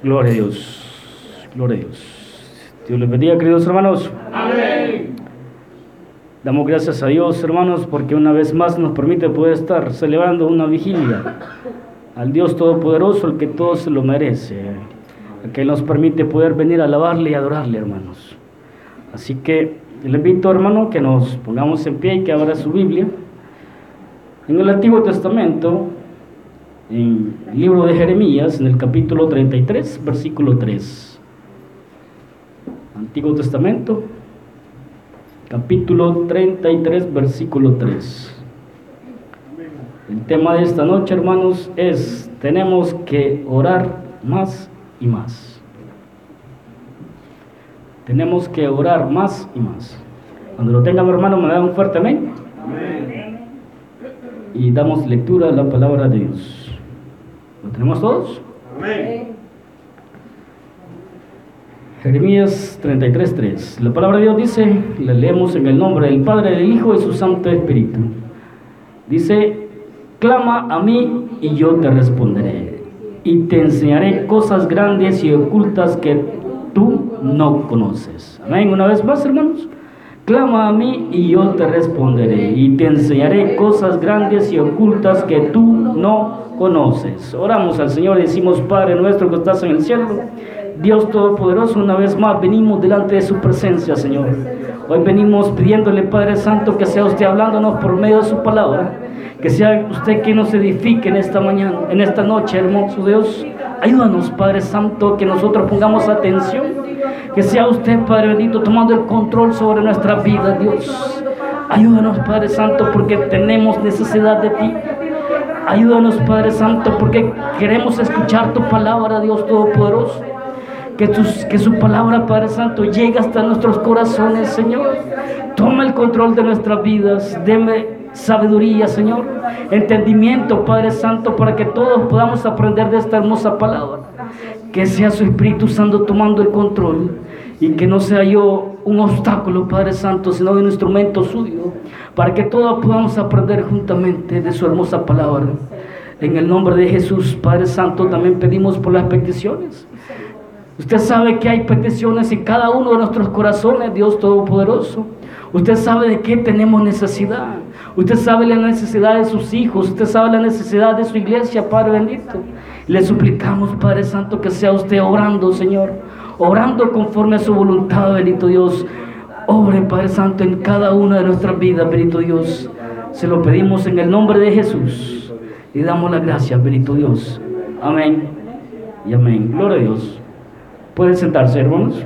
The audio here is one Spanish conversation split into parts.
Gloria a Dios. Gloria a Dios. Dios les bendiga, queridos hermanos. Amén. Damos gracias a Dios, hermanos, porque una vez más nos permite poder estar celebrando una vigilia al Dios Todopoderoso, el que todo se lo merece, el que nos permite poder venir a alabarle y adorarle, hermanos. Así que le invito, hermano, que nos pongamos en pie y que abra su Biblia en el Antiguo Testamento, en el libro de Jeremías, en el capítulo 33, versículo 3. Antiguo Testamento, capítulo 33, versículo 3. El tema de esta noche, hermanos, es: tenemos que orar más y más. Tenemos que orar más y más. Cuando lo tengan, hermano, me dan un fuerte amén. Amén. Y damos lectura a la palabra de Dios. ¿Lo tenemos todos? Amén. Jeremías 33:3. La palabra de Dios dice, la leemos en el nombre del Padre, del Hijo y su Santo Espíritu. Dice: clama a mí y yo te responderé, y te enseñaré cosas grandes y ocultas que tú no conoces. Amén. Una vez más, hermanos. Clama a mí y yo te responderé, y te enseñaré cosas grandes y ocultas que tú no conoces. Oramos al Señor y decimos: Padre nuestro que estás en el cielo, Dios Todopoderoso, una vez más venimos delante de su presencia, Señor. Hoy venimos pidiéndole, Padre Santo, que sea usted hablándonos por medio de su palabra, que sea usted quien nos edifique en esta mañana, en esta noche, hermoso Dios. Ayúdanos, Padre Santo, que nosotros pongamos atención, que sea usted, Padre bendito, tomando el control sobre nuestra vida, Dios. Ayúdanos, Padre Santo, porque tenemos necesidad de ti. Ayúdanos, Padre Santo, porque queremos escuchar tu palabra, Dios Todopoderoso. Que su palabra, Padre Santo, llegue hasta nuestros corazones, Señor. Toma el control de nuestras vidas. Deme sabiduría, Señor, entendimiento, Padre Santo, para que todos podamos aprender de esta hermosa palabra. Que sea su Espíritu Santo tomando el control, y que no sea yo un obstáculo, Padre Santo, sino un instrumento suyo, para que todos podamos aprender juntamente de su hermosa palabra. En el nombre de Jesús, Padre Santo, también pedimos por las peticiones. Usted sabe que hay peticiones en cada uno de nuestros corazones, Dios Todopoderoso. Usted sabe de qué tenemos necesidad. Usted sabe la necesidad de sus hijos. Usted sabe la necesidad de su iglesia, Padre bendito. Le suplicamos, Padre Santo, que sea usted orando, Señor, orando conforme a su voluntad, bendito Dios. Obre, Padre Santo, en cada una de nuestras vidas, bendito Dios. Se lo pedimos en el nombre de Jesús y damos las gracias, bendito Dios. Amén y amén. Gloria a Dios. Pueden sentarse, hermanos.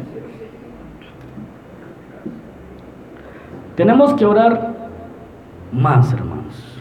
Tenemos que orar más, hermanos.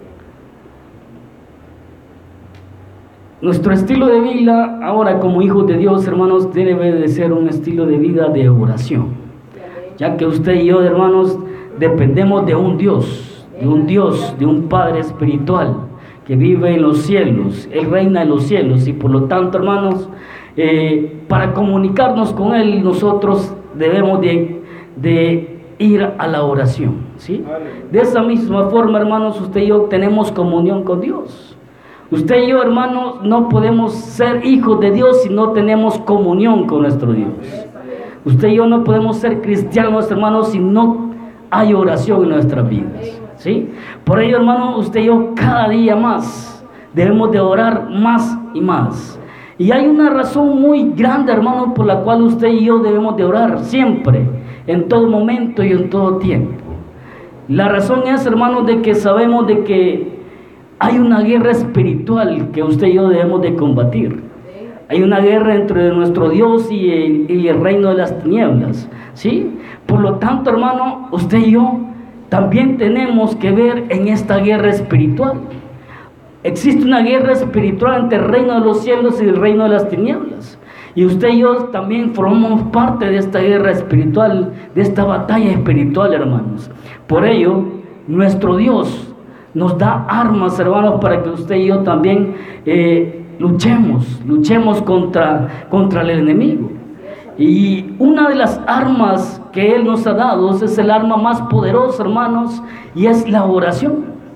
Nuestro estilo de vida ahora como hijos de Dios, hermanos, debe de ser un estilo de vida de oración, ya que usted y yo, hermanos, dependemos de un Dios, de un Padre espiritual que vive en los cielos. Él reina en los cielos, y por lo tanto, hermanos, para comunicarnos con Él, nosotros debemos de ir a la oración, ¿sí? De esa misma forma, hermanos, usted y yo tenemos comunión con Dios. Usted y yo, hermanos, no podemos ser hijos de Dios si no tenemos comunión con nuestro Dios. Usted y yo no podemos ser cristianos, hermanos, si no hay oración en nuestras vidas, ¿sí? Por ello, hermanos, usted y yo cada día más debemos de orar más y más. Y hay una razón muy grande, hermanos, por la cual usted y yo debemos de orar siempre, en todo momento y en todo tiempo. La razón es, hermanos, de que sabemos de que hay una guerra espiritual que usted y yo debemos de combatir. Hay una guerra entre nuestro Dios y el reino de las tinieblas, ¿sí? Por lo tanto, hermano, usted y yo también tenemos que ver en esta guerra espiritual. Existe una guerra espiritual entre el reino de los cielos y el reino de las tinieblas. Y usted y yo también formamos parte de esta guerra espiritual, de esta batalla espiritual, hermanos. Por ello, nuestro Dios nos da armas, hermanos, para que usted y yo también luchemos contra el enemigo. Y una de las armas que Él nos ha dado es el arma más poderosa, hermanos, y es la oración.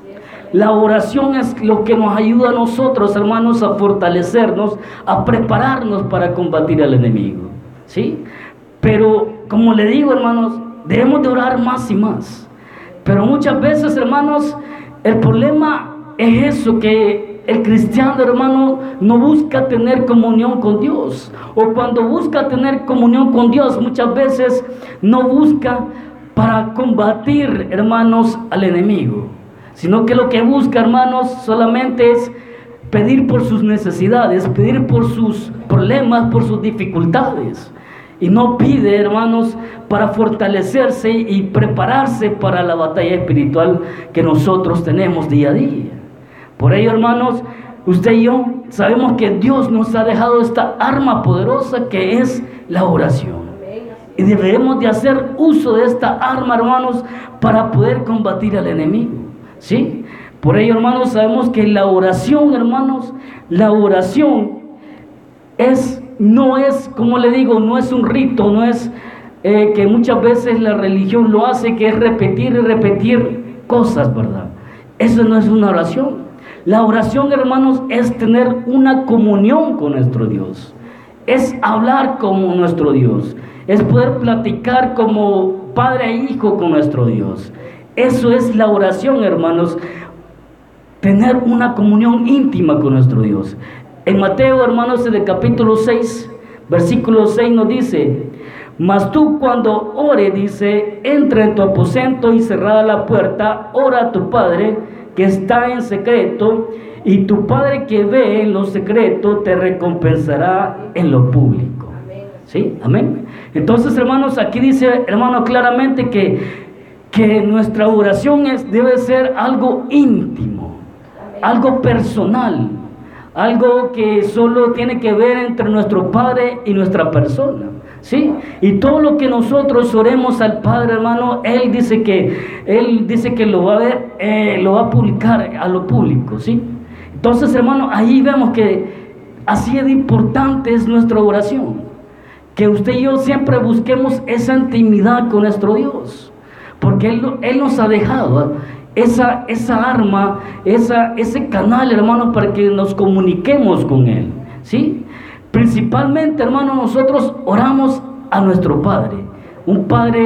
La oración es lo que nos ayuda a nosotros, hermanos, a fortalecernos, a prepararnos para combatir al enemigo, ¿sí? Pero, como le digo, hermanos, debemos de orar más y más. Pero muchas veces, hermanos, el problema es eso, que el cristiano, hermano, no busca tener comunión con Dios. O cuando busca tener comunión con Dios, muchas veces no busca para combatir, hermanos, al enemigo, sino que lo que busca, hermanos, solamente es pedir por sus necesidades, pedir por sus problemas, por sus dificultades. Y no pide, hermanos, para fortalecerse y prepararse para la batalla espiritual que nosotros tenemos día a día. Por ello, hermanos, usted y yo sabemos que Dios nos ha dejado esta arma poderosa que es la oración. Y debemos de hacer uso de esta arma, hermanos, para poder combatir al enemigo, ¿sí? Por ello, hermanos, sabemos que la oración, hermanos, la oración no es, como le digo, no es un rito, no es que muchas veces la religión lo hace, que es repetir y repetir cosas, ¿verdad? Eso no es una oración. La oración, hermanos, es tener una comunión con nuestro Dios, es hablar con nuestro Dios, es poder platicar como padre e hijo con nuestro Dios. Eso es la oración, hermanos, tener una comunión íntima con nuestro Dios. En Mateo, hermanos, en el capítulo 6, versículo 6 nos dice: mas tú cuando ores, dice, entra en tu aposento y cerrada la puerta, ora a tu Padre que está en secreto, y tu Padre que ve en lo secreto te recompensará en lo público. ¿Sí? Amén. Entonces, hermanos, aquí dice, hermano, claramente que nuestra oración debe ser algo íntimo, algo personal, algo que solo tiene que ver entre nuestro Padre y nuestra persona, ¿sí? Y todo lo que nosotros oremos al Padre, hermano, Él dice que lo va a ver, lo va a publicar a lo público, ¿sí? Entonces, hermano, ahí vemos que así de importante es nuestra oración, que usted y yo siempre busquemos esa intimidad con nuestro Dios, porque Él nos ha dejado esa arma, ese canal, hermano, para que nos comuniquemos con Él, ¿sí? Principalmente, hermano, nosotros oramos a nuestro Padre, un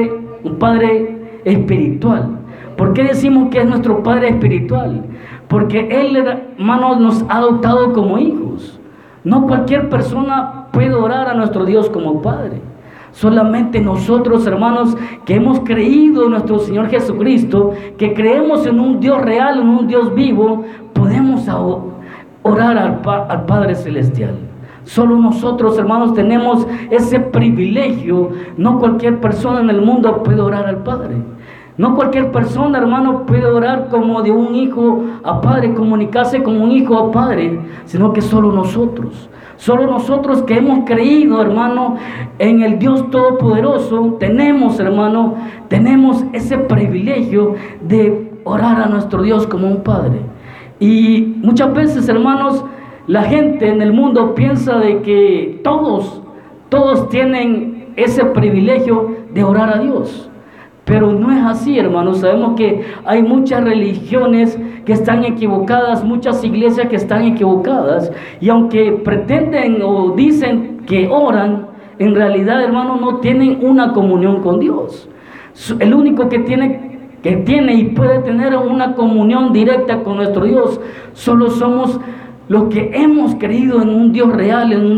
Padre espiritual. ¿Por qué decimos que es nuestro Padre espiritual? Porque Él, hermano, nos ha adoptado como hijos. No cualquier persona puede orar a nuestro Dios como Padre. Solamente nosotros, hermanos, que hemos creído en nuestro Señor Jesucristo, que creemos en un Dios real, en un Dios vivo, podemos orar al Padre Celestial. Solo nosotros, hermanos, tenemos ese privilegio. No cualquier persona en el mundo puede orar al Padre. No cualquier persona, hermano, puede orar como de un hijo a padre, comunicarse como un hijo a padre, sino que solo nosotros. Solo nosotros que hemos creído, hermano, en el Dios Todopoderoso, tenemos, hermano, tenemos ese privilegio de orar a nuestro Dios como un Padre. Y muchas veces, hermanos, la gente en el mundo piensa de que todos tienen ese privilegio de orar a Dios. Pero no es así, hermanos. Sabemos que hay muchas religiones que están equivocadas, muchas iglesias que están equivocadas, y aunque pretenden o dicen que oran, en realidad, hermanos, no tienen una comunión con Dios. El único que tiene y puede tener una comunión directa con nuestro Dios solo somos los que hemos creído en un Dios real, en un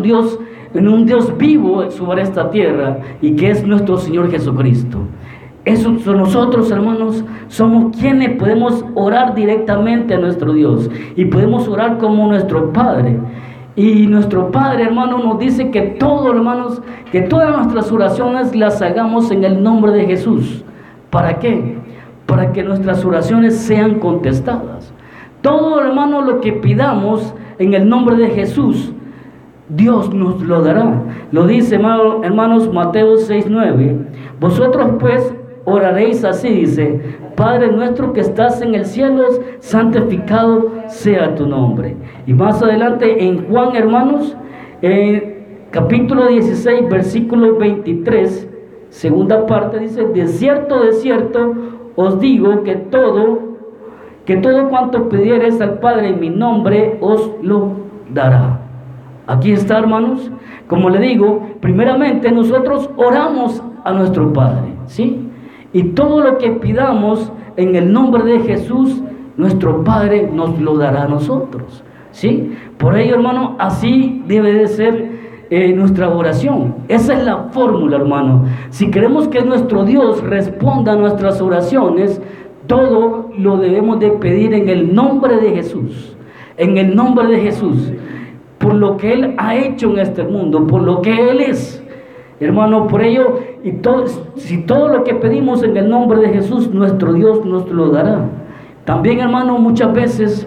Dios vivo sobre esta tierra, y que es nuestro Señor Jesucristo. Eso son nosotros, hermanos, somos quienes podemos orar directamente a nuestro Dios y podemos orar como nuestro Padre. Y nuestro Padre, hermano, nos dice que hermanos, que todas nuestras oraciones las hagamos en el nombre de Jesús. ¿Para qué? Para que nuestras oraciones sean contestadas. Todo, hermano, lo que pidamos en el nombre de Jesús, Dios nos lo dará. Lo dice, hermanos, Mateo 6:9. Vosotros pues oraréis así, dice: Padre nuestro que estás en el cielo, santificado sea tu nombre. Y más adelante en Juan, hermanos, capítulo 16, versículo 23, segunda parte, dice: de cierto os digo que todo que todo cuanto pidiereis al Padre en mi nombre os lo dará. Aquí está, hermanos. Como le digo, primeramente nosotros oramos a nuestro Padre, ¿sí? Y todo lo que pidamos en el nombre de Jesús, nuestro Padre nos lo dará a nosotros, ¿sí? Por ello, hermano, así debe de ser nuestra oración. Esa es la fórmula, hermano. Si queremos que nuestro Dios responda a nuestras oraciones, todo lo debemos de pedir en el nombre de Jesús. En el nombre de Jesús. Por lo que Él ha hecho en este mundo, por lo que Él es. Hermano, por ello, si todo lo que pedimos en el nombre de Jesús, nuestro Dios nos lo dará. También, hermano, muchas veces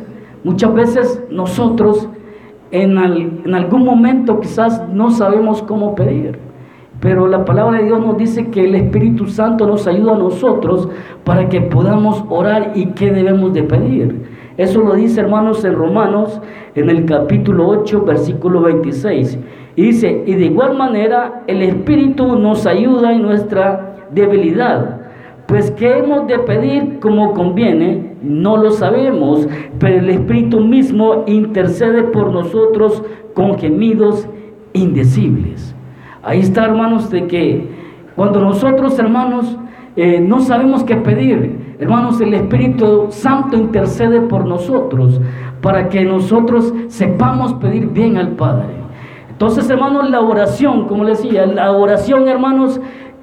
nosotros en algún momento quizás no sabemos cómo pedir, pero la palabra de Dios nos dice que el Espíritu Santo nos ayuda a nosotros para que podamos orar y qué debemos de pedir. Eso lo dice, hermanos, en Romanos, en el capítulo 8, versículo 26. Y dice, y de igual manera el Espíritu nos ayuda en nuestra debilidad. Pues qué hemos de pedir como conviene, no lo sabemos, pero el Espíritu mismo intercede por nosotros con gemidos indecibles. Ahí está, hermanos, de que cuando nosotros, hermanos, no sabemos qué pedir, hermanos, el Espíritu Santo intercede por nosotros para que nosotros sepamos pedir bien al Padre. Entonces, hermanos, la oración, como les decía, la oración, hermanos,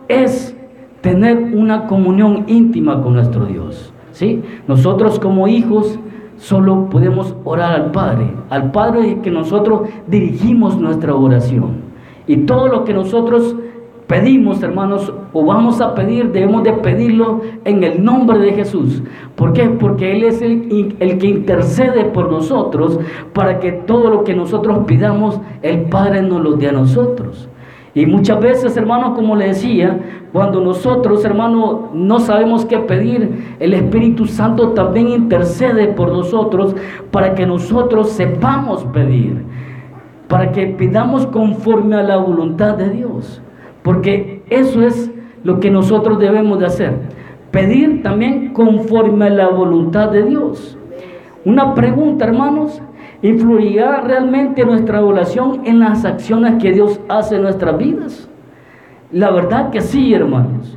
es tener una comunión íntima con nuestro Dios, ¿sí? Nosotros como hijos solo podemos orar al Padre que nosotros dirigimos nuestra oración. Y todo lo que nosotros pedimos, hermanos, o vamos a pedir, debemos de pedirlo en el nombre de Jesús. ¿Por qué? Porque Él es el que intercede por nosotros para que todo lo que nosotros pidamos, el Padre nos lo dé a nosotros. Y muchas veces, hermanos, como le decía, cuando nosotros, hermanos, no sabemos qué pedir, el Espíritu Santo también intercede por nosotros para que nosotros sepamos pedir, para que pidamos conforme a la voluntad de Dios, porque eso es lo que nosotros debemos de hacer, pedir también conforme a la voluntad de Dios. Una pregunta, hermanos: ¿influirá realmente nuestra oración en las acciones que Dios hace en nuestras vidas? La verdad que sí, hermanos.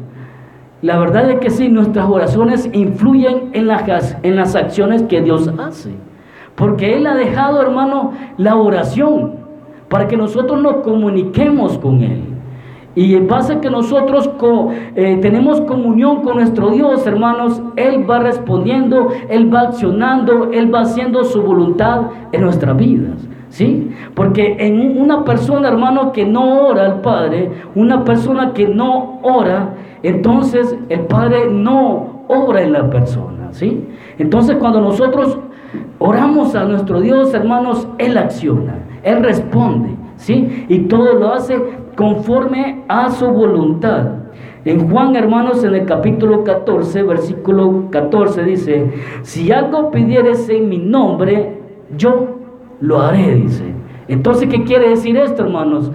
La verdad es que sí, nuestras oraciones influyen en las acciones que Dios hace. Porque Él ha dejado, hermano, la oración para que nosotros nos comuniquemos con Él. Y en base a que nosotros tenemos comunión con nuestro Dios, hermanos, Él va respondiendo, Él va accionando, Él va haciendo su voluntad en nuestras vidas, ¿sí? Porque en una persona, hermano, que no ora al Padre, una persona que no ora, entonces el Padre no obra en la persona, ¿sí? Entonces cuando nosotros oramos a nuestro Dios, hermanos, Él acciona, Él responde, ¿sí? Y todo lo hace conforme a su voluntad. En Juan, hermanos, en el capítulo 14, versículo 14 dice: si algo pidieres en mi nombre, yo lo haré, dice. Entonces, ¿qué quiere decir esto, hermanos?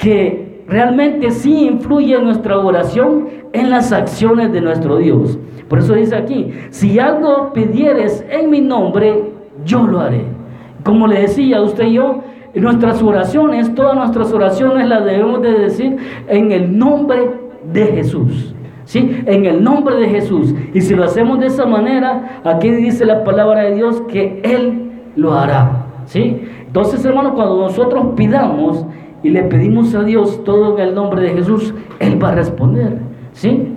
Que realmente sí influye nuestra oración en las acciones de nuestro Dios. Por eso dice aquí: si algo pidieres en mi nombre, yo lo haré. Como le decía, usted y yo, nuestras oraciones, todas nuestras oraciones las debemos de decir en el nombre de Jesús, ¿sí? En el nombre de Jesús. Y si lo hacemos de esa manera, aquí dice la palabra de Dios que Él lo hará, ¿sí? Entonces, hermanos, cuando nosotros pidamos y le pedimos a Dios todo en el nombre de Jesús, Él va a responder, ¿sí?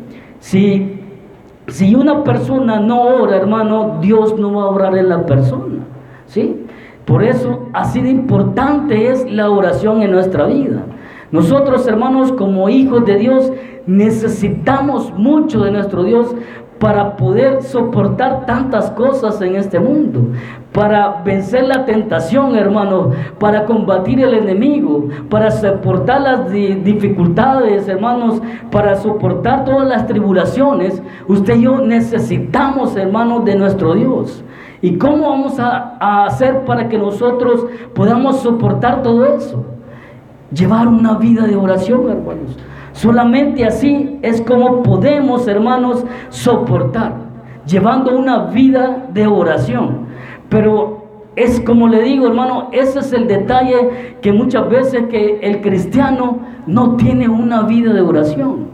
Si una persona no ora, hermano, Dios no va a orar en la persona, ¿sí? Por eso, así de importante es la oración en nuestra vida. Nosotros, hermanos, como hijos de Dios, necesitamos mucho de nuestro Dios para poder soportar tantas cosas en este mundo, para vencer la tentación, hermanos, para combatir el enemigo, para soportar las dificultades, hermanos, para soportar todas las tribulaciones. Usted y yo necesitamos, hermanos, de nuestro Dios. ¿Y cómo vamos a hacer para que nosotros podamos soportar todo eso? Llevar una vida de oración, hermanos. Solamente así es como podemos, hermanos, soportar. llevando una vida de oración. Pero es como le digo, hermano, ese es el detalle, que muchas veces que el cristiano no tiene una vida de oración.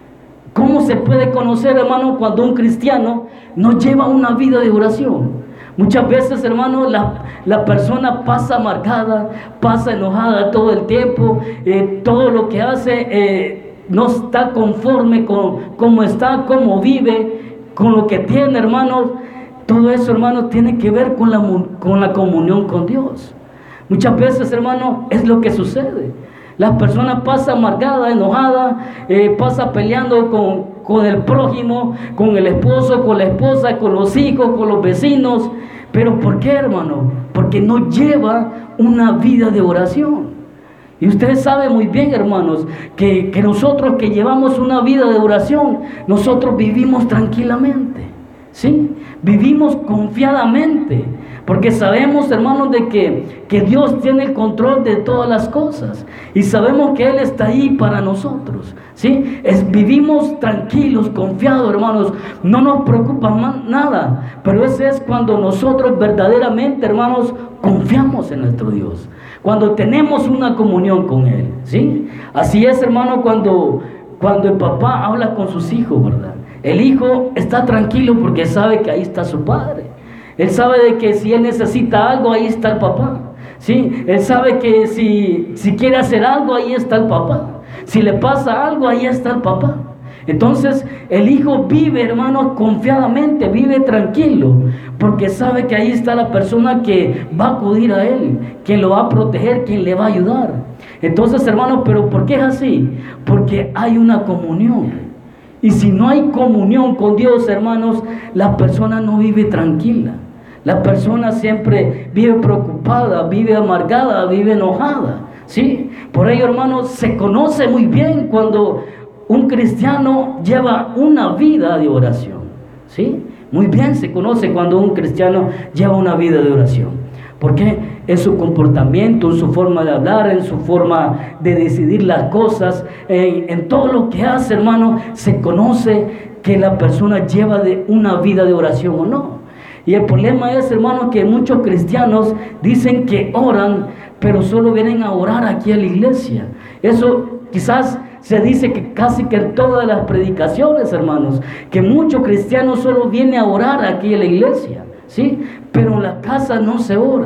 ¿Cómo se puede conocer, hermano, cuando un cristiano no lleva una vida de oración? Muchas veces, hermano, la persona pasa amargada, pasa enojada todo el tiempo, todo lo que hace no está conforme con cómo está, cómo vive, con lo que tiene, hermanos. Todo eso, hermano, tiene que ver con la comunión con Dios. Muchas veces, hermano, es lo que sucede. Las personas pasan amargada, enojada, pasa peleando con el prójimo, con el esposo, con la esposa, con los hijos, con los vecinos. ¿Pero por qué, hermano? Porque no lleva una vida de oración. Y ustedes saben muy bien, hermanos, que nosotros que llevamos una vida de oración, nosotros vivimos tranquilamente, ¿sí? Vivimos confiadamente, porque sabemos, hermanos, de que Dios tiene el control de todas las cosas, y sabemos que Él está ahí para nosotros, ¿sí? Vivimos tranquilos, confiados, hermanos, no nos preocupa nada. Pero ese es cuando nosotros verdaderamente, hermanos, confiamos en nuestro Dios, cuando tenemos una comunión con Él, ¿sí? Así es, hermano, cuando el papá habla con sus hijos, ¿verdad? El hijo está tranquilo porque sabe que ahí está su padre. Él sabe de que si él necesita algo, ahí está el papá, ¿sí? Él sabe que si quiere hacer algo, ahí está el papá. Si le pasa algo, ahí está el papá. Entonces el hijo vive, hermanos, confiadamente, vive tranquilo, porque sabe que ahí está la persona que va a acudir a él, quien lo va a proteger, quien le va a ayudar. Entonces, hermanos, ¿pero por qué es así? Porque hay una comunión. Y si no hay comunión con Dios, hermanos, la persona no vive tranquila. La persona siempre vive preocupada, vive amargada, vive enojada, ¿sí? Por ello, hermanos, se conoce muy bien cuando un cristiano lleva una vida de oración, ¿sí? Muy bien se conoce cuando un cristiano lleva una vida de oración. ¿Por qué? En su comportamiento, en su forma de hablar, en su forma de decidir las cosas, en todo lo que hace, hermano, se conoce que la persona lleva una vida de oración o no. Y el problema es, hermano, que muchos cristianos dicen que oran, pero solo vienen a orar aquí a la iglesia. Eso quizás se dice que casi que en todas las predicaciones, hermanos, que muchos cristianos solo vienen a orar aquí a la iglesia, ¿sí? Pero en la casa no se ora.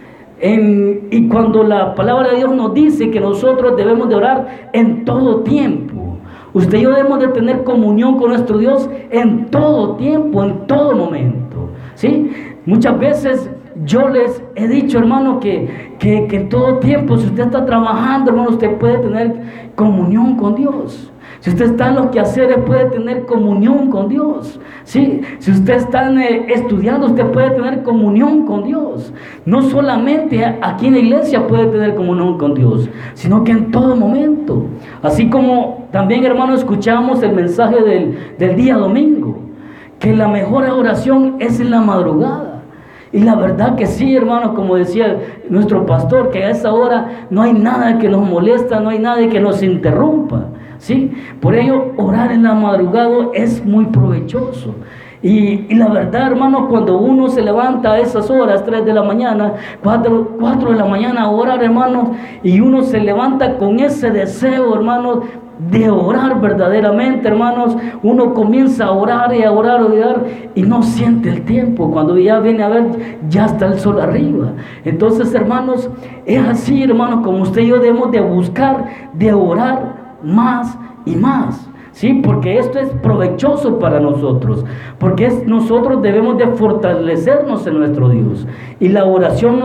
Y cuando la palabra de Dios nos dice que nosotros debemos de orar en todo tiempo, usted y yo debemos de tener comunión con nuestro Dios en todo tiempo, en todo momento, ¿sí? Muchas veces yo les he dicho, hermano, que en todo tiempo, si usted está trabajando, hermano, usted puede tener comunión con Dios. Si usted está en los quehaceres, puede tener comunión con Dios, ¿sí? Si usted está estudiando, usted puede tener comunión con Dios. No solamente aquí en la iglesia puede tener comunión con Dios, sino que en todo momento. Así como también, hermano, escuchamos el mensaje del día domingo, que la mejor oración es en la madrugada. Y la verdad que sí, hermanos, como decía nuestro pastor, que a esa hora no hay nada que nos molesta, no hay nada que nos interrumpa, ¿sí? Por ello, orar en la madrugada es muy provechoso. Y la verdad, hermanos, cuando uno se levanta a esas horas, 3 de la mañana, 4 de la mañana a orar, hermanos, y uno se levanta con ese deseo, hermanos, de orar verdaderamente, hermanos, uno comienza a orar y a orar, y no siente el tiempo. Cuando ya viene a ver, ya está el sol arriba. Entonces, hermanos, es así, hermanos, como usted y yo debemos de buscar, de orar más y más, ¿sí? Porque esto es provechoso para nosotros, porque nosotros debemos de fortalecernos en nuestro Dios, y la oración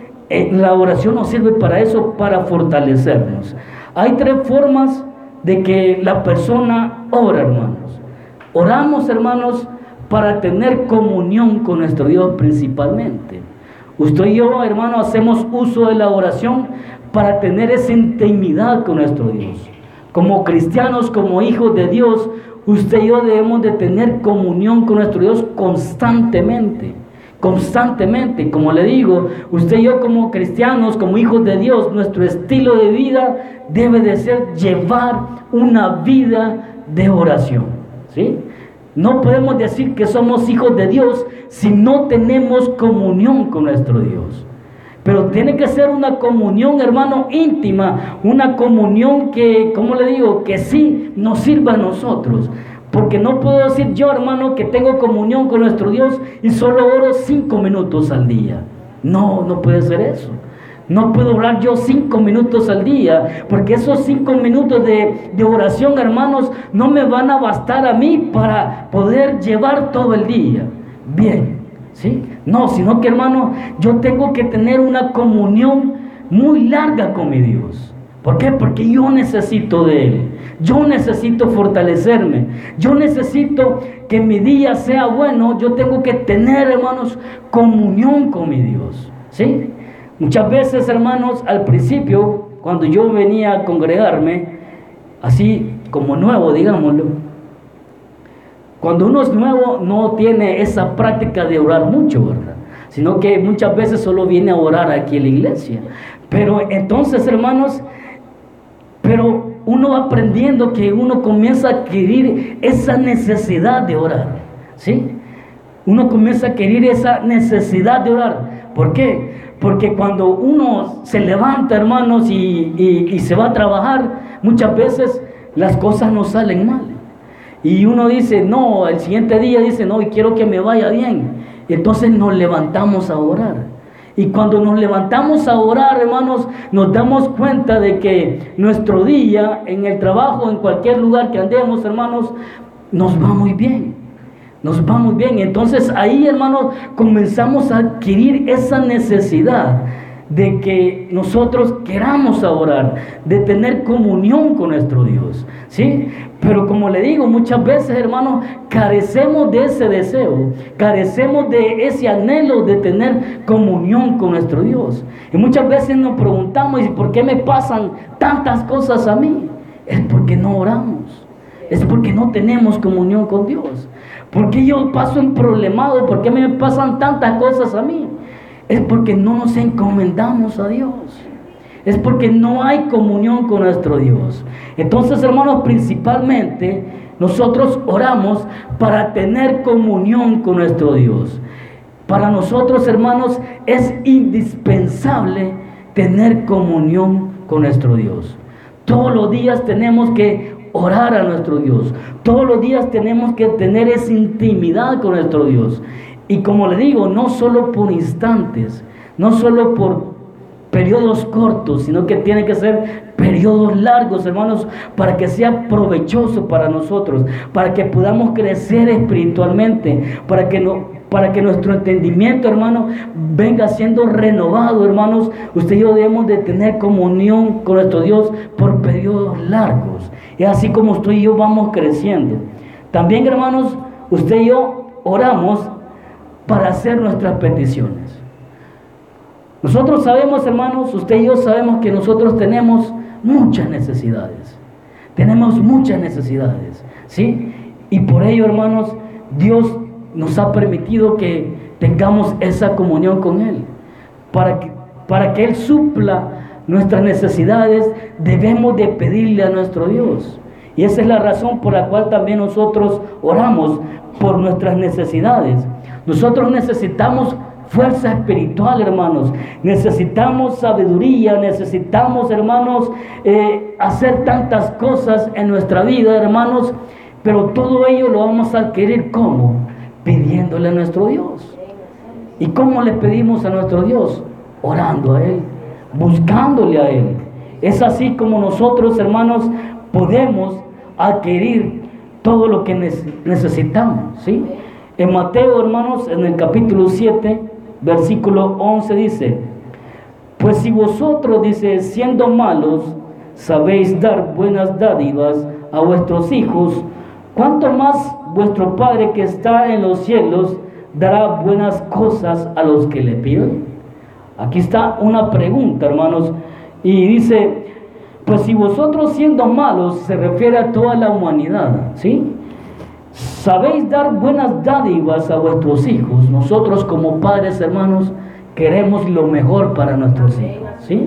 nos sirve para eso, para fortalecernos. Hay 3 formas de que la persona ora, hermanos. Oramos, hermanos, para tener comunión con nuestro Dios principalmente. Usted y yo, hermano, hacemos uso de la oración para tener esa intimidad con nuestro Dios. Como cristianos, como hijos de Dios, usted y yo debemos de tener comunión con nuestro Dios constantemente. Constantemente, como le digo, usted y yo como cristianos, como hijos de Dios, nuestro estilo de vida debe de ser llevar una vida de oración, ¿sí? No podemos decir que somos hijos de Dios si no tenemos comunión con nuestro Dios. Pero tiene que ser una comunión, hermano, íntima, una comunión que, ¿cómo le digo? Que sí nos sirva a nosotros. Porque no puedo decir yo, hermano, que tengo comunión con nuestro Dios y solo oro 5 minutos al día. No, no puede ser eso. No puedo orar yo 5 minutos al día, porque esos 5 minutos de oración, hermanos, no me van a bastar a mí para poder llevar todo el día. Bien, ¿sí? No, sino que, hermano, yo tengo que tener una comunión muy larga con mi Dios. ¿Por qué? Porque yo necesito de Él. Yo necesito fortalecerme. Yo necesito que mi día sea bueno. Yo tengo que tener, hermanos, comunión con mi Dios. ¿Sí? Muchas veces, hermanos, al principio, cuando yo venía a congregarme, así como nuevo, digámoslo, cuando uno es nuevo no tiene esa práctica de orar mucho, ¿verdad? Sino que muchas veces solo viene a orar aquí en la iglesia. Pero entonces, hermanos, pero uno va aprendiendo que uno comienza a adquirir esa necesidad de orar, ¿sí? Uno comienza a adquirir esa necesidad de orar. ¿Por qué? Porque cuando uno se levanta, hermanos, y se va a trabajar, muchas veces las cosas no salen mal. Y uno dice, no, el siguiente día dice, no, y quiero que me vaya bien. Entonces nos levantamos a orar. Y cuando nos levantamos a orar, hermanos, nos damos cuenta de que nuestro día, en el trabajo, en cualquier lugar que andemos, hermanos, nos va muy bien. Nos va muy bien. Entonces ahí, hermanos, comenzamos a adquirir esa necesidad de que nosotros queramos orar, de tener comunión con nuestro Dios, ¿sí? Pero como le digo, muchas veces, hermanos, carecemos de ese deseo, carecemos de ese anhelo de tener comunión con nuestro Dios. Y muchas veces nos preguntamos, ¿y por qué me pasan tantas cosas a mí? Es porque no oramos, es porque no tenemos comunión con Dios. ¿Por qué yo paso en problemado? ¿Por qué me pasan tantas cosas a mí? Es porque no nos encomendamos a Dios. Es porque no hay comunión con nuestro Dios. Entonces, hermanos, principalmente nosotros oramos para tener comunión con nuestro Dios. Para nosotros, hermanos, es indispensable tener comunión con nuestro Dios. Todos los días tenemos que orar a nuestro Dios. Todos los días tenemos que tener esa intimidad con nuestro Dios. Y como le digo, no solo por instantes, no solo por periodos cortos, sino que tiene que ser periodos largos, hermanos, para que sea provechoso para nosotros, para que podamos crecer espiritualmente, para que nuestro entendimiento, hermanos, venga siendo renovado, hermanos. Usted y yo debemos de tener comunión con nuestro Dios por periodos largos. Es así como usted y yo vamos creciendo. También, hermanos, usted y yo oramos para hacer nuestras peticiones. Nosotros sabemos, hermanos, usted y yo sabemos que nosotros tenemos muchas necesidades. Tenemos muchas necesidades, ¿sí? Y por ello, hermanos, Dios nos ha permitido que tengamos esa comunión con Él. Para que Él supla nuestras necesidades, debemos de pedirle a nuestro Dios. Y esa es la razón por la cual también nosotros oramos por nuestras necesidades. Nosotros necesitamos fuerza espiritual, hermanos. Necesitamos sabiduría, necesitamos, hermanos, hacer tantas cosas en nuestra vida, hermanos. Pero todo ello lo vamos a adquirir, ¿cómo? Pidiéndole a nuestro Dios. ¿Y cómo le pedimos a nuestro Dios? Orando a Él, buscándole a Él. Es así como nosotros, hermanos, podemos adquirir todo lo que necesitamos, ¿sí? En Mateo, hermanos, en el capítulo 7, versículo 11 dice: pues si vosotros, dice, siendo malos, sabéis dar buenas dádivas a vuestros hijos, ¿cuánto más vuestro Padre que está en los cielos dará buenas cosas a los que le piden? Aquí está una pregunta, hermanos, y dice, pues si vosotros siendo malos, se refiere a toda la humanidad, ¿sí? Sabéis dar buenas dádivas a vuestros hijos. Nosotros como padres, hermanos, queremos lo mejor para nuestros hijos, ¿sí?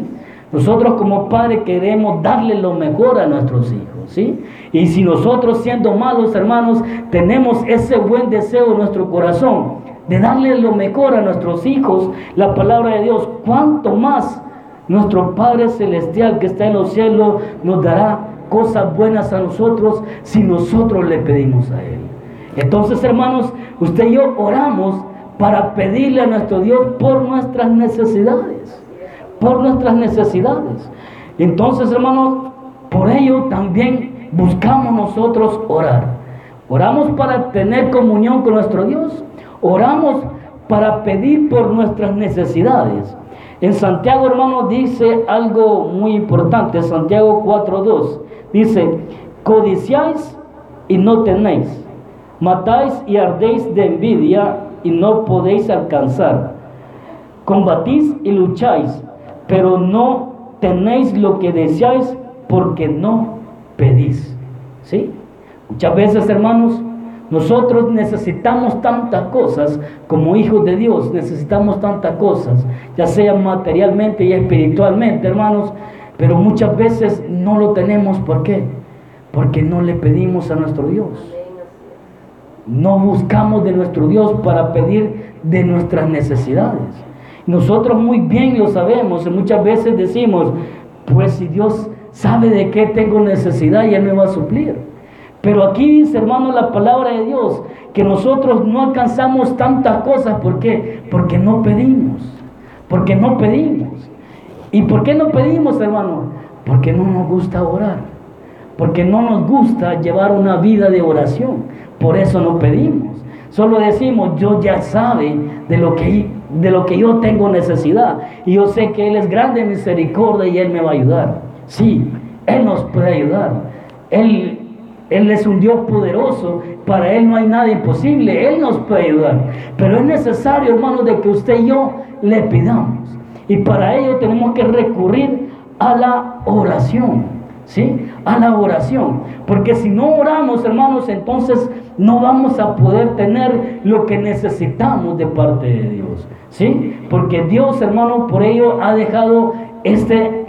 Nosotros como padres queremos darle lo mejor a nuestros hijos, ¿sí? Y si nosotros siendo malos, hermanos, tenemos ese buen deseo en nuestro corazón de darle lo mejor a nuestros hijos, la palabra de Dios, cuánto más nuestro Padre Celestial que está en los cielos nos dará cosas buenas a nosotros si nosotros le pedimos a Él. Entonces, hermanos, usted y yo oramos para pedirle a nuestro Dios por nuestras necesidades. Por nuestras necesidades. Entonces, hermanos, por ello también buscamos nosotros orar. Oramos para tener comunión con nuestro Dios. Oramos para pedir por nuestras necesidades. En Santiago, hermanos, dice algo muy importante. Santiago 4:2 dice: codiciáis y no tenéis, matáis y ardéis de envidia y no podéis alcanzar, combatís y lucháis, pero no tenéis lo que deseáis porque no pedís. ¿Sí? Muchas veces, hermanos, nosotros necesitamos tantas cosas como hijos de Dios, necesitamos tantas cosas, ya sea materialmente y espiritualmente, hermanos, pero muchas veces no lo tenemos. ¿Por qué? Porque no le pedimos a nuestro Dios. No buscamos de nuestro Dios para pedir de nuestras necesidades. Nosotros muy bien lo sabemos y muchas veces decimos, pues si Dios sabe de qué tengo necesidad y Él me va a suplir. Pero aquí dice, hermano, la palabra de Dios, que nosotros no alcanzamos tantas cosas. ¿Por qué? Porque no pedimos. Porque no pedimos. ¿Y por qué no pedimos, hermano? Porque no nos gusta orar. Porque no nos gusta llevar una vida de oración. Por eso no pedimos. Solo decimos, Dios ya sabe de lo que yo tengo necesidad. Y yo sé que Él es grande en misericordia y Él me va a ayudar. Sí, Él nos puede ayudar. Él es un Dios poderoso. Para Él no hay nada imposible. Él nos puede ayudar. Pero es necesario, hermanos, de que usted y yo le pidamos. Y para ello tenemos que recurrir a la oración. ¿Sí? A la oración. Porque si no oramos, hermanos, entonces no vamos a poder tener lo que necesitamos de parte de Dios. ¿Sí? Porque Dios, hermano, por ello ha dejado este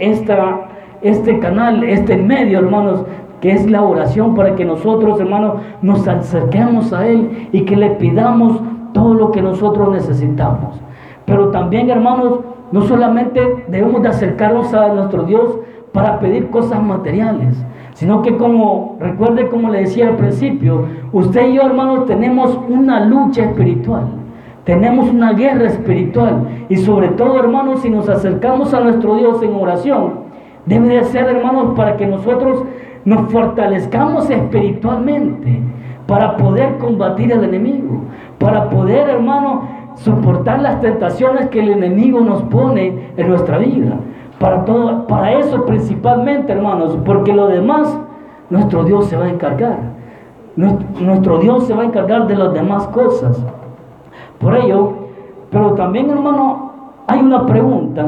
canal, este medio, hermanos, que es la oración, para que nosotros, hermanos, nos acerquemos a Él y que le pidamos todo lo que nosotros necesitamos. Pero también, hermanos, no solamente debemos de acercarnos a nuestro Dios para pedir cosas materiales, sino que recuerde como le decía al principio, usted y yo, hermanos, tenemos una lucha espiritual, tenemos una guerra espiritual, y sobre todo, hermanos, si nos acercamos a nuestro Dios en oración, debe de ser, hermanos, para que nosotros nos fortalezcamos espiritualmente, para poder combatir al enemigo, para poder, hermano, soportar las tentaciones que el enemigo nos pone en nuestra vida. Para eso principalmente, hermanos, porque lo demás, nuestro Dios se va a encargar. Nuestro Dios se va a encargar de las demás cosas. Por ello, pero también, hermano, hay una pregunta.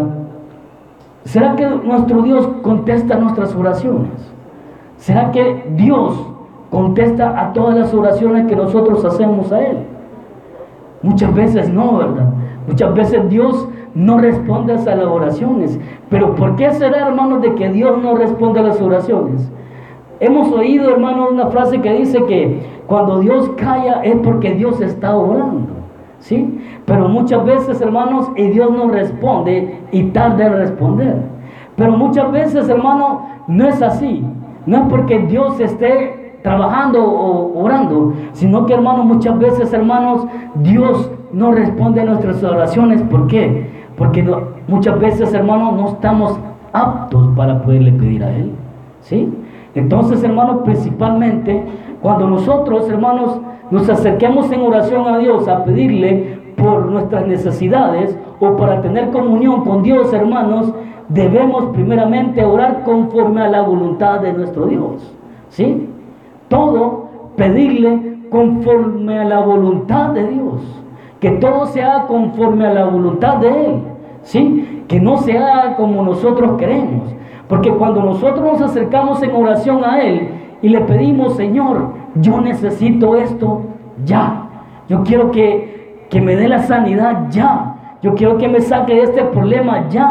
¿Será que nuestro Dios contesta nuestras oraciones? ¿Será que Dios contesta a todas las oraciones que nosotros hacemos a Él? Muchas veces no, ¿verdad? Muchas veces Dios no responde a las oraciones. Pero ¿por qué será, hermanos, de que Dios no responde a las oraciones? Hemos oído, hermanos, una frase que dice que cuando Dios calla es porque Dios está orando, ¿sí? Pero muchas veces, hermanos, y Dios no responde y tarda en responder. Pero muchas veces, hermanos, no es así. No es porque Dios esté trabajando o orando, sino que, hermanos, muchas veces, hermanos, Dios no responde a nuestras oraciones. ¿Por qué? Porque muchas veces, hermanos, no estamos aptos para poderle pedir a Él, ¿sí? Entonces, hermanos, principalmente cuando nosotros, hermanos, nos acerquemos en oración a Dios a pedirle por nuestras necesidades o para tener comunión con Dios, hermanos, debemos primeramente orar conforme a la voluntad de nuestro Dios, ¿sí? Todo pedirle conforme a la voluntad de Dios, que todo se haga conforme a la voluntad de Él, ¿sí? Que no se haga como nosotros queremos. Porque cuando nosotros nos acercamos en oración a Él y le pedimos, Señor, yo necesito esto ya, yo quiero que me dé la sanidad ya, yo quiero que me saque de este problema ya,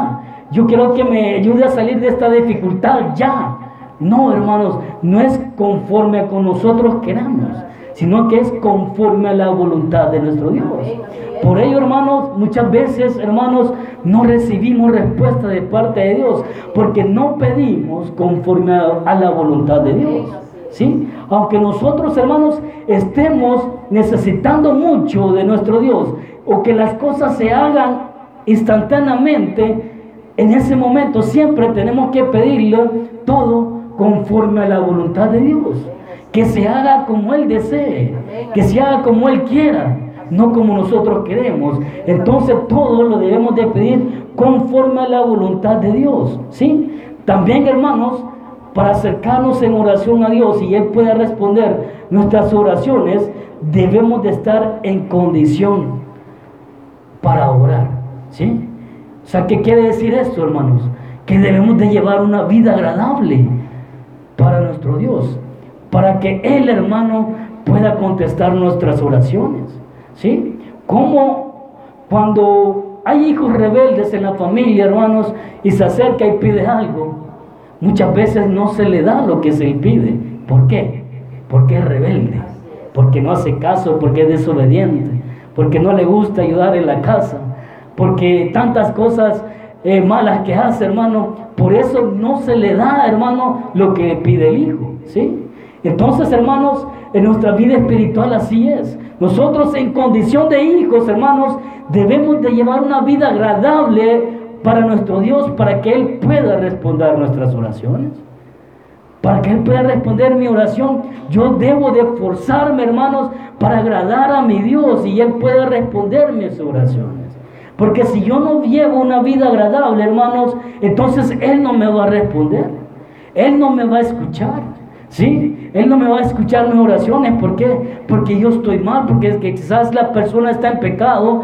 yo quiero que me ayude a salir de esta dificultad ya. No, hermanos, no es conforme a como nosotros queramos, sino que es conforme a la voluntad de nuestro Dios. Por ello, hermanos, muchas veces, hermanos, no recibimos respuesta de parte de Dios, porque no pedimos conforme a la voluntad de Dios. ¿Sí? Aunque nosotros, hermanos, estemos necesitando mucho de nuestro Dios, o que las cosas se hagan instantáneamente, en ese momento siempre tenemos que pedirle todo conforme a la voluntad de Dios. Que se haga como Él desee, que se haga como Él quiera, no como nosotros queremos. Entonces todo lo debemos de pedir conforme a la voluntad de Dios, ¿sí? También, hermanos, para acercarnos en oración a Dios y Él pueda responder nuestras oraciones, debemos de estar en condición para orar, ¿sí? O sea, ¿qué quiere decir esto, hermanos? Que debemos de llevar una vida agradable para nuestro Dios, para que Él, hermano, pueda contestar nuestras oraciones, ¿sí? Como cuando hay hijos rebeldes en la familia, hermanos, y se acerca y pide algo, muchas veces no se le da lo que se le pide. ¿Por qué? Porque es rebelde, porque no hace caso, porque es desobediente, porque no le gusta ayudar en la casa, porque tantas cosas malas que hace, hermano. Por eso no se le da, hermano, lo que pide el hijo, ¿sí? Entonces, hermanos, en nuestra vida espiritual así es. Nosotros, en condición de hijos, hermanos, debemos de llevar una vida agradable para nuestro Dios, para que Él pueda responder nuestras oraciones. Para que Él pueda responder mi oración, yo debo de esforzarme, hermanos, para agradar a mi Dios y Él pueda responder mis oraciones. Porque si yo no llevo una vida agradable, hermanos, entonces Él no me va a responder. Él no me va a escuchar. ¿Sí? Él no me va a escuchar mis oraciones. ¿Por qué? Porque yo estoy mal, porque es que quizás la persona está en pecado.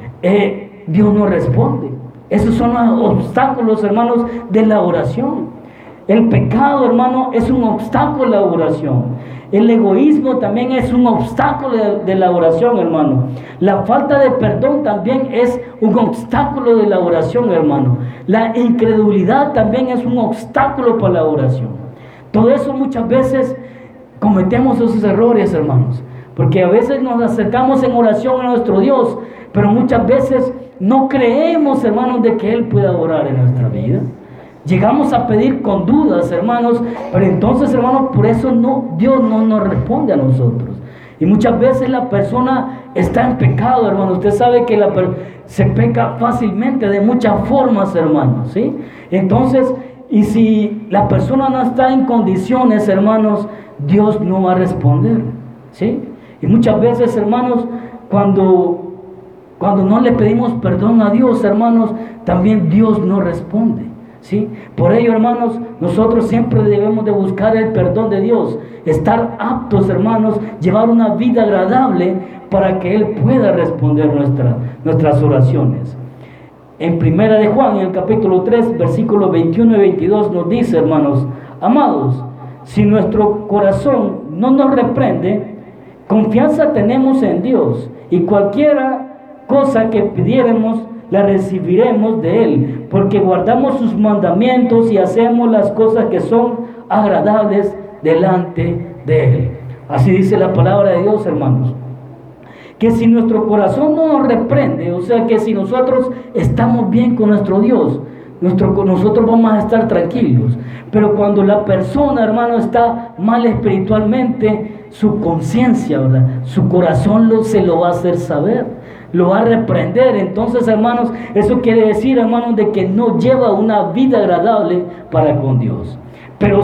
Dios no responde. Esos son los obstáculos, hermanos, de la oración. El pecado, hermano, es un obstáculo de la oración. El egoísmo también es un obstáculo de la oración, hermano. La falta de perdón también es un obstáculo de la oración, hermano. La incredulidad también es un obstáculo para la oración. Todo eso muchas veces cometemos esos errores, hermanos, porque a veces nos acercamos en oración a nuestro Dios, pero muchas veces no creemos, hermanos, de que Él pueda orar en nuestra vida. Llegamos a pedir con dudas, hermanos, pero entonces, hermanos, por eso Dios no nos responde a nosotros. Y muchas veces la persona está en pecado, hermano. Usted sabe que se peca fácilmente de muchas formas, hermanos, ¿sí? Entonces, y si la persona no está en condiciones, hermanos, Dios no va a responder, ¿sí? Y muchas veces, hermanos, cuando no le pedimos perdón a Dios, hermanos, también Dios no responde, ¿sí? Por ello, hermanos, nosotros siempre debemos de buscar el perdón de Dios, estar aptos, hermanos, llevar una vida agradable para que Él pueda responder nuestras oraciones. En Primera de Juan, en el capítulo 3, versículos 21 y 22 nos dice, hermanos, amados, si nuestro corazón no nos reprende, confianza tenemos en Dios, y cualquiera cosa que pidiéramos, la recibiremos de Él, porque guardamos sus mandamientos y hacemos las cosas que son agradables delante de Él. Así dice la palabra de Dios, hermanos. Que si nuestro corazón no nos reprende, o sea que si nosotros estamos bien con nuestro Dios, nosotros vamos a estar tranquilos. Pero cuando la persona, hermano, está mal espiritualmente, su conciencia, ¿verdad?, su corazón se lo va a hacer saber, lo va a reprender. Entonces, hermanos, eso quiere decir, hermanos, de que no lleva una vida agradable para con Dios. Pero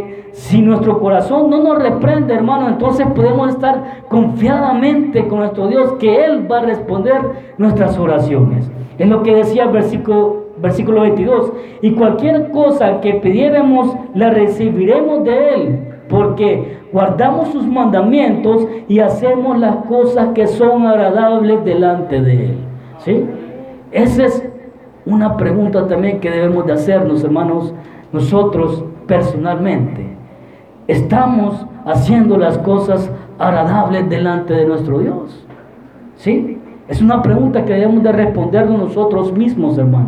si nuestro corazón no nos reprende, hermano, entonces podemos estar confiadamente con nuestro Dios, que Él va a responder nuestras oraciones. Es lo que decía el versículo 22. Y cualquier cosa que pidiéramos, la recibiremos de Él, porque guardamos sus mandamientos y hacemos las cosas que son agradables delante de Él, ¿sí? Esa es una pregunta también que debemos de hacernos, hermanos, nosotros personalmente. ¿Estamos haciendo las cosas agradables delante de nuestro Dios? ¿Sí? Es una pregunta que debemos de respondernos nosotros mismos, hermanos.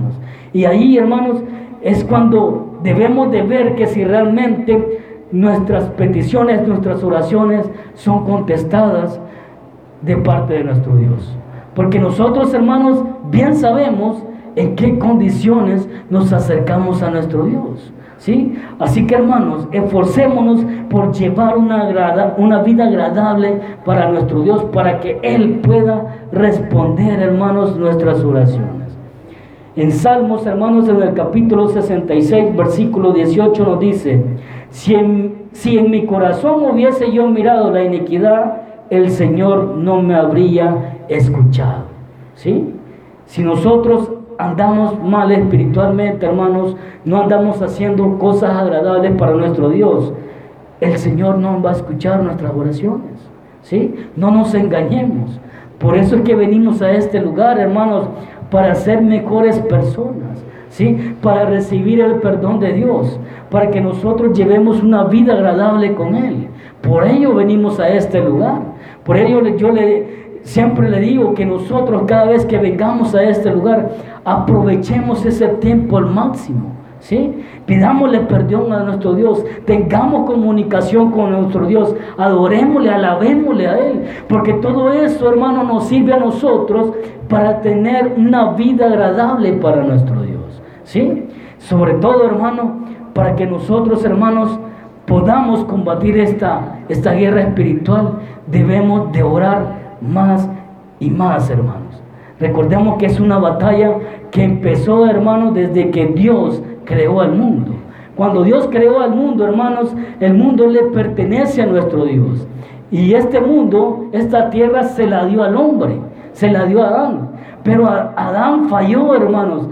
Y ahí, hermanos, es cuando debemos de ver que si realmente nuestras peticiones, nuestras oraciones son contestadas de parte de nuestro Dios. Porque nosotros, hermanos, bien sabemos en qué condiciones nos acercamos a nuestro Dios, ¿sí? Así que, hermanos, esforcémonos por llevar una vida agradable para nuestro Dios, para que Él pueda responder, hermanos, nuestras oraciones. En Salmos, hermanos, en el capítulo 66, versículo 18 nos dice: si en mi corazón hubiese yo mirado la iniquidad, el Señor no me habría escuchado, ¿sí? Si nosotros andamos mal espiritualmente, hermanos, no andamos haciendo cosas agradables para nuestro Dios, el Señor no va a escuchar nuestras oraciones, ¿sí? No nos engañemos. Por eso es que venimos a este lugar, hermanos, para ser mejores personas, ¿sí? Para recibir el perdón de Dios, para que nosotros llevemos una vida agradable con Él. Por ello venimos a este lugar. Por ello yo siempre le digo que nosotros, cada vez que vengamos a este lugar, aprovechemos ese tiempo al máximo, ¿sí? Pidámosle perdón a nuestro Dios, tengamos comunicación con nuestro Dios, adorémosle, alabémosle a Él, porque todo eso, hermano, nos sirve a nosotros para tener una vida agradable para nuestro Dios, ¿sí? Sobre todo, hermano, para que nosotros, hermanos, podamos combatir esta guerra espiritual, debemos de orar más y más, hermanos. Recordemos que es una batalla que empezó, hermanos, desde que Dios creó al mundo. Cuando Dios creó al mundo, hermanos, el mundo le pertenece a nuestro Dios. Y este mundo, esta tierra, se la dio al hombre, se la dio a Adán. Pero Adán falló, hermanos.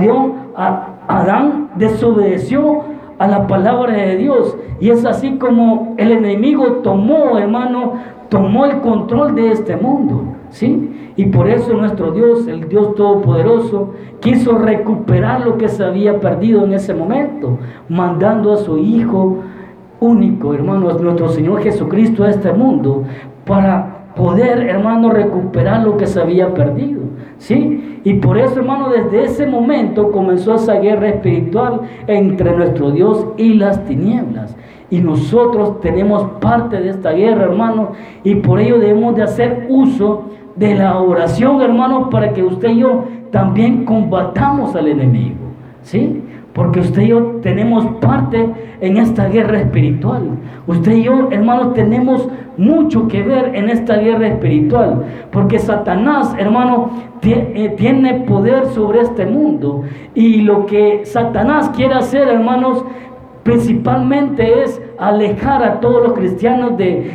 Adán desobedeció a la palabra de Dios. Y es así como el enemigo tomó el control de este mundo, ¿sí? Y por eso nuestro Dios, el Dios Todopoderoso, quiso recuperar lo que se había perdido en ese momento, mandando a su Hijo único, hermanos, nuestro Señor Jesucristo, a este mundo, para poder, hermanos, recuperar lo que se había perdido, ¿sí? Y por eso, hermanos, desde ese momento comenzó esa guerra espiritual entre nuestro Dios y las tinieblas. Y nosotros tenemos parte de esta guerra, hermanos, y por ello debemos de hacer uso de la oración, hermanos, para que usted y yo también combatamos al enemigo, ¿sí? Porque usted y yo tenemos parte en esta guerra espiritual. Usted y yo, hermanos, tenemos mucho que ver en esta guerra espiritual, porque Satanás, hermano, tiene poder sobre este mundo, y lo que Satanás quiere hacer, hermanos, principalmente es alejar a todos los cristianos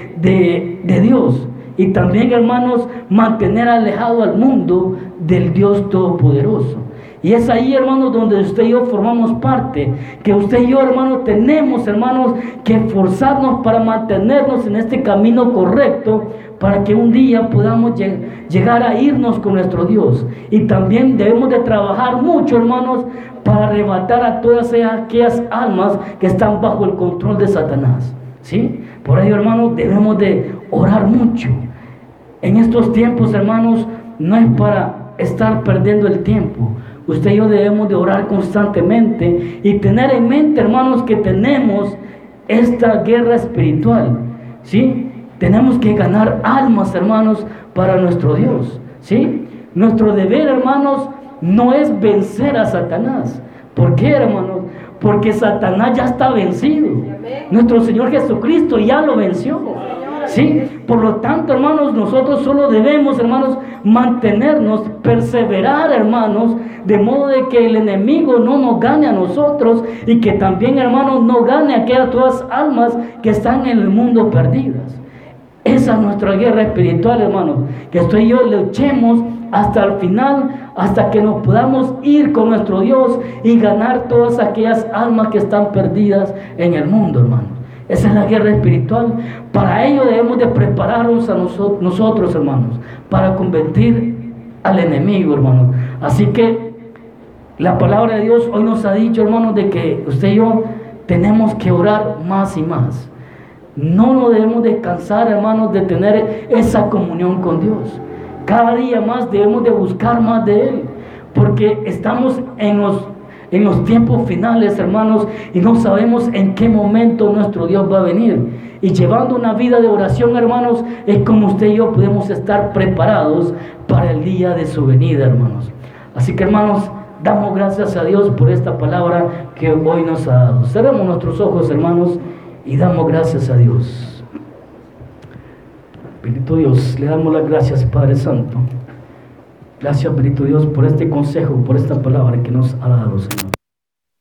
de Dios, y también, hermanos, mantener alejado al mundo del Dios Todopoderoso. Y es ahí, hermanos, donde usted y yo formamos parte, que usted y yo, hermanos, tenemos, hermanos, que esforzarnos para mantenernos en este camino correcto, para que un día podamos llegar a irnos con nuestro Dios. Y también debemos de trabajar mucho, hermanos, para arrebatar a todas aquellas almas que están bajo el control de Satanás, ¿sí? Por ello, hermanos, debemos de orar mucho. En estos tiempos, hermanos, no es para estar perdiendo el tiempo. Usted y yo debemos de orar constantemente y tener en mente, hermanos, que tenemos esta guerra espiritual, ¿sí? Tenemos que ganar almas, hermanos, para nuestro Dios, ¿sí? Nuestro deber, hermanos, no es vencer a Satanás. ¿Por qué, hermanos? Porque Satanás ya está vencido. Nuestro Señor Jesucristo ya lo venció, ¿sí? Por lo tanto, hermanos, nosotros solo debemos, hermanos, mantenernos, perseverar, hermanos, de modo de que el enemigo no nos gane a nosotros, y que también, hermanos, no gane a aquellas todas almas que están en el mundo perdidas. Esa es nuestra guerra espiritual, hermanos, que usted y yo luchemos hasta el final, hasta que nos podamos ir con nuestro Dios y ganar todas aquellas almas que están perdidas en el mundo, hermanos. Esa es la guerra espiritual. Para ello debemos de prepararnos a nosotros, hermanos, para combatir al enemigo, hermanos. Así que la palabra de Dios hoy nos ha dicho, hermanos, de que usted y yo tenemos que orar más y más. No nos debemos descansar, hermanos, de tener esa comunión con Dios. Cada día más debemos de buscar más de Él, porque estamos en en los tiempos finales, hermanos, y no sabemos en qué momento nuestro Dios va a venir. Y llevando una vida de oración, hermanos, es como usted y yo podemos estar preparados para el día de su venida, hermanos. Así que, hermanos, damos gracias a Dios por esta palabra que hoy nos ha dado. Cerramos nuestros ojos, hermanos, y damos gracias a Dios. Bendito Dios, le damos las gracias, Padre Santo. Gracias, bendito Dios, por este consejo, por esta palabra que nos ha dado, Señor.